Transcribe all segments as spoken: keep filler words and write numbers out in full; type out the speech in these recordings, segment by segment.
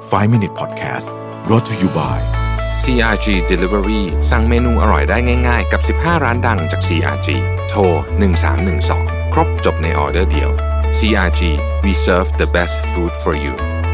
ไฟว์ มินิท Podcast brought to you by ซี อาร์ จี Delivery สั่งเมนูอร่อยได้ง่ายๆกับสิบห้าร้านดังจาก ซี อาร์ จี โทรหนึ่งสามหนึ่งสองครบจบในออเดอร์เดียว ซี อาร์ จี We serve the best food for you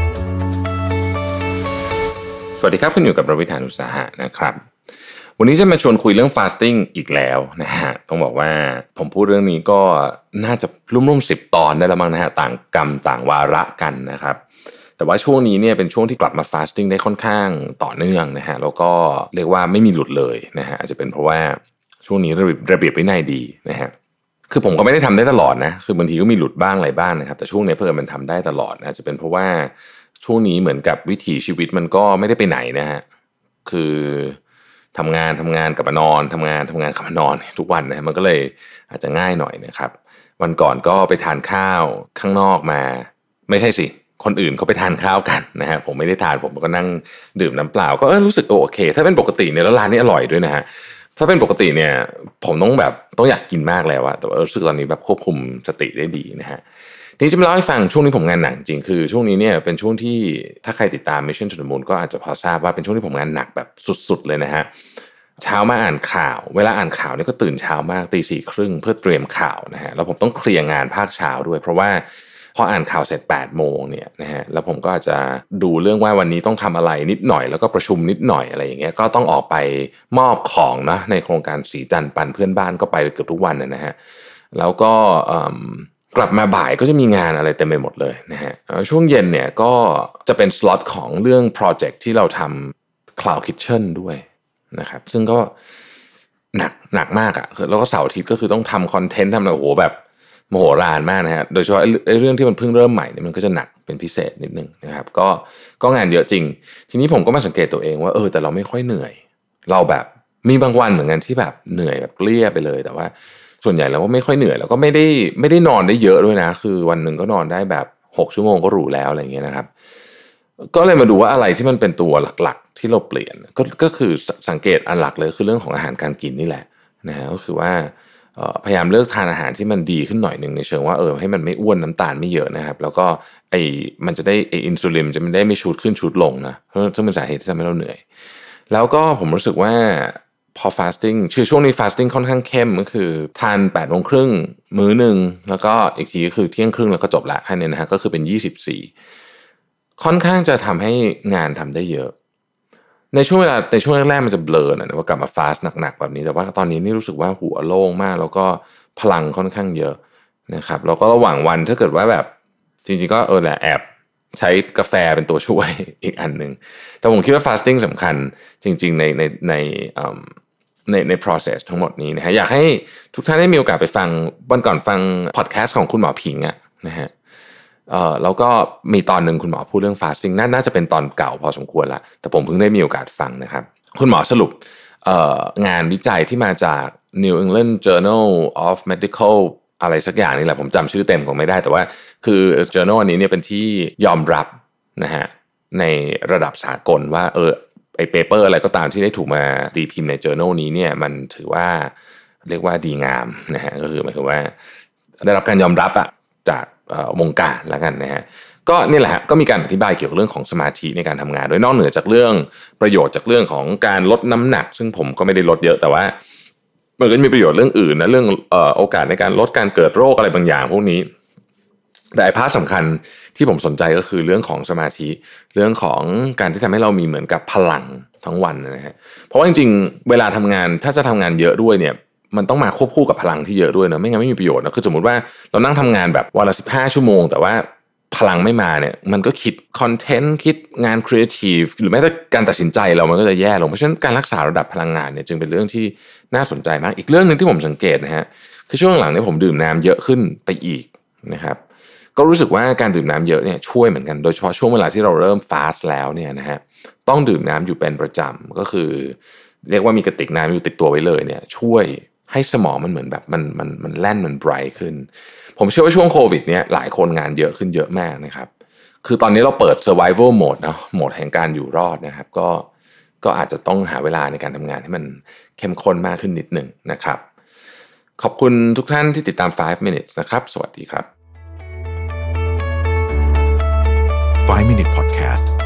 สวัสดีครับคุณอยู่กับรวิธานอุตสาหะนะครับวันนี้จะมาชวนคุยเรื่อง fasting อีกแล้วนะฮะต้องบอกว่าผมพูดเรื่องนี้ก็น่าจะร่วมๆสิบตอนได้แล้วมั้งนะฮะต่างกรรมต่างวาระกันนะครับแต่ว่าช่วงนี้เนี่ยเป็นช่วงที่กลับมา fasting ได้ค่อนข้างต่อเนื่องนะฮะแล้วก็เรียกว่าไม่มีหลุดเลยนะฮะอาจจะเป็นเพราะว่าช่วงนี้ระเบียบระเบียบวินัยดีนะฮะคือผมก็ไม่ได้ทำได้ตลอดนะคือบางทีก็มีหลุดบ้างอะไรบ้างนะครับแต่ช่วงนี้เพิ่มมันทำได้ตลอดอาจจะเป็นเพราะว่าช่วงนี้เหมือนกับวิถีชีวิตมันก็ไม่ได้ไปไหนนะฮะคือทำงานทำงานกลับมานอนทำงานทำงานกลับมานอนทุกวันนะมันก็เลยอาจจะง่ายหน่อยนะครับวันก่อนก็ไปทานข้าวข้างนอกมาไม่ใช่สิคนอื่นเขาไปทานข้าวกันนะฮะผมไม่ได้ทานผมก็นั่งดื่มน้ำเปล่าก็เออรู้สึกโอเคถ้าเป็นปกติเนี่ยแล้วร้านนี้อร่อยด้วยนะฮะถ้าเป็นปกติเนี่ยผมต้องแบบต้องอยากกินมากแล้วอะแต่ว่ารู้สึกตอนนี้แบบควบคุมสติได้ดีนะฮะทีนี้จะมาเล่าให้ฟังช่วงนี้ผมงานหนักจริงคือช่วงนี้เนี่ยเป็นช่วงที่ถ้าใครติดตาม Mission to the Moon ก็อาจจะพอทราบว่าเป็นช่วงที่ผมงานหนักแบบสุดๆเลยนะฮะเช้ามาอ่านข่าวเวลาอ่านข่าวนี่ก็ตื่นเช้ามากตีสี่ครึ่งเพื่อเตรียมข่าวนะฮะแล้วผมต้องเคลียร์งานภาคเช้าด้วยเพราะว่าพออ่านข่าวเสร็จแปดโมงเนี่ยนะฮะแล้วผมก็อาจจะดูเรื่องว่าวันนี้ต้องทำอะไรนิดหน่อยแล้วก็ประชุมนิดหน่อยอะไรอย่างเงี้ยก็ต้องออกไปมอบของนะในโครงการสีจันทร์ปันเพื่อนบ้านก็ไปเกือบทุกวันนะฮะแล้วก็กลับมาบ่ายก็จะมีงานอะไรเต็มไปหมดเลยนะฮะช่วงเย็นเนี่ยก็จะเป็นสล็อตของเรื่องโปรเจกต์ที่เราทำ Cloud Kitchen ด้วยนะครับซึ่งก็หนักหนักมากอ่ะแล้วก็เสาร์อาทิตย์ก็คือต้องทำคอนเทนต์ทำอะไรโอ้โหแบบโมโหฬารมากนะฮะโดยเฉพาะไอ้เรื่องที่มันเพิ่งเริ่มใหม่เนี่ยมันก็จะหนักเป็นพิเศษนิดนึงนะครับก็ก็งานเยอะจริงทีนี้ผมก็มาสังเกตตัวเองว่าเออแต่เราไม่ค่อยเหนื่อยเราแบบมีบางวันเหมือนกันที่แบบเหนื่อยแบบเกลี้ยไปเลยแต่ว่าส่วนใหญ่เราก็ไม่ค่อยเหนื่อยแล้วก็ไม่ได้ไม่ได้นอนได้เยอะด้วยนะคือวันหนึ่งก็นอนได้แบบหกชั่วโมงก็หรูแล้วอะไรอย่างเงี้ยนะครับก็เลยมาดูว่าอะไรที่มันเป็นตัวหลักๆที่เราเปลี่ยนก็ก็คือสังเกตอันหลักเลยคือเรื่องของอาหารการกินนี่แหละนะฮะก็คือว่าพยายามเลิกทานอาหารที่มันดีขึ้นหน่อยนึงในเชิงว่าเออให้มันไม่อ้วนน้ำตาลไม่เยอะนะครับแล้วก็ไอ้มันจะได้ไอ้อินซูลินจะไม่ได้ไม่ชูดขึ้นชูดลงนะเพราะซึ่งเป็นสาเหตุที่ทำให้เราเหนื่อยแล้วก็ผมรู้สึกว่าพอ fasting คือช่วงนี้ fasting ค่อนข้างเข้มก็คือทานแปดโมงครึ่งมื้อนึงแล้วก็อีกทีก็คือเที่ยงครึ่งแล้วก็จบละแค่นี้นะฮะก็คือเป็นยี่สิบสี่ค่อนข้างจะทำให้งานทำได้เยอะในช่วงเวลาในช่วงแรกๆมันจะเบลอนะว่ากลับมาฟาสต์หนักๆแบบนี้แต่ว่าตอนนี้นี่รู้สึกว่าหัวโล่งมากแล้วก็พลังค่อนข้างเยอะนะครับแล้วก็ระหว่างวันถ้าเกิดว่าแบบจริงๆก็เออแหละแอบใช้กาแฟเป็นตัวช่วยอีกอันนึงแต่ผมคิดว่าฟาสติ้งสำคัญจริงๆในในในในใน process ทั้งหมดนี้นะฮะอยากให้ทุกท่านได้มีโอกาสไปฟังวันก่อนฟังพอดแคสต์ของคุณหมอผิงอะนะฮะเอ่อแล้วก็มีตอนหนึ่งคุณหมอพูดเรื่อง fasting น่าน่าจะเป็นตอนเก่าพอสมควรละแต่ผมเพิ่งได้มีโอกาสฟังนะครับคุณหมอสรุปเอ่องานวิจัยที่มาจาก New England Journal of Medical อะไรสักอย่างนี่แหละผมจำชื่อเต็มคงไม่ได้แต่ว่าคือ journal อันนี้เนี่ยเป็นที่ยอมรับนะฮะในระดับสากลว่าเออไอ้เปเปอร์อะไรก็ตามที่ได้ถูกมาตีพิมพ์ใน journal นี้เนี่ยมันถือว่าเรียกว่าดีงามนะฮะก็คือหมายความว่าได้รับการยอมรับอะจากวงการแล้วกันนะฮะก็นี่แหละฮะก็มีการอธิบายเกี่ยวกับเรื่องของสมาธิในการทำงานโดยนอกเหนือจากเรื่องประโยชน์จากเรื่องของการลดน้ำหนักซึ่งผมก็ไม่ได้ลดเยอะแต่ว่ามันก็มีประโยชน์เรื่องอื่นนะเรื่องเอ่อโอกาสในการลดการเกิดโรคอะไรบางอย่างพวกนี้แต่ไอ้พาร์ทสำคัญที่ผมสนใจก็คือเรื่องของสมาธิเรื่องของการที่ทำให้เรามีเหมือนกับพลังทั้งวันนะฮะเพราะว่าจริงๆเวลาทำงานถ้าจะทำงานเยอะด้วยเนี่ยมันต้องมาควบคู่กับพลังที่เยอะด้วยนะไม่งั้นไม่มีประโยชน์นะคือสมมติว่าเรานั่งทำงานแบบวันละสิบห้าชั่วโมงแต่ว่าพลังไม่มาเนี่ยมันก็คิดคอนเทนต์คิดงานครีเอทีฟหรือแม้แต่การตัดสินใจเรามันก็จะแย่ลงเพราะฉะนั้นการรักษาระดับพลังงานเนี่ยจึงเป็นเรื่องที่น่าสนใจมากอีกเรื่องนึงที่ผมสังเกตนะฮะคือช่วงหลังเนี่ยผมดื่มน้ำเยอะขึ้นไปอีกนะครับก็รู้สึกว่าการดื่มน้ำเยอะเนี่ยช่วยเหมือนกันโดยเฉพาะช่วงเวลาที่เราเริ่มฟาสต์แล้วเนี่ยนะฮะต้องดื่มน้ำอยู่เป็นประจำก็คือเรียกว่ามีกระติกน้ำอยู่ติดตัวไว้เลยเนี่ยช่วยให้สมองมันเหมือนแบบมันมันมันแล่นมันไบรท์ขึ้นผมเชื่อว่าช่วงโควิดเนี่ยหลายคนงานเยอะขึ้นเยอะมากนะครับคือตอนนี้เราเปิด survival mode เนาะโหมดแห่งการอยู่รอดนะครับก็ก็อาจจะต้องหาเวลาในการทำงานให้มันเข้มข้นมากขึ้นนิดนึงนะครับขอบคุณทุกท่านที่ติดตามไฟว์ minutes นะครับสวัสดีครับไฟว์ มินิท Podcast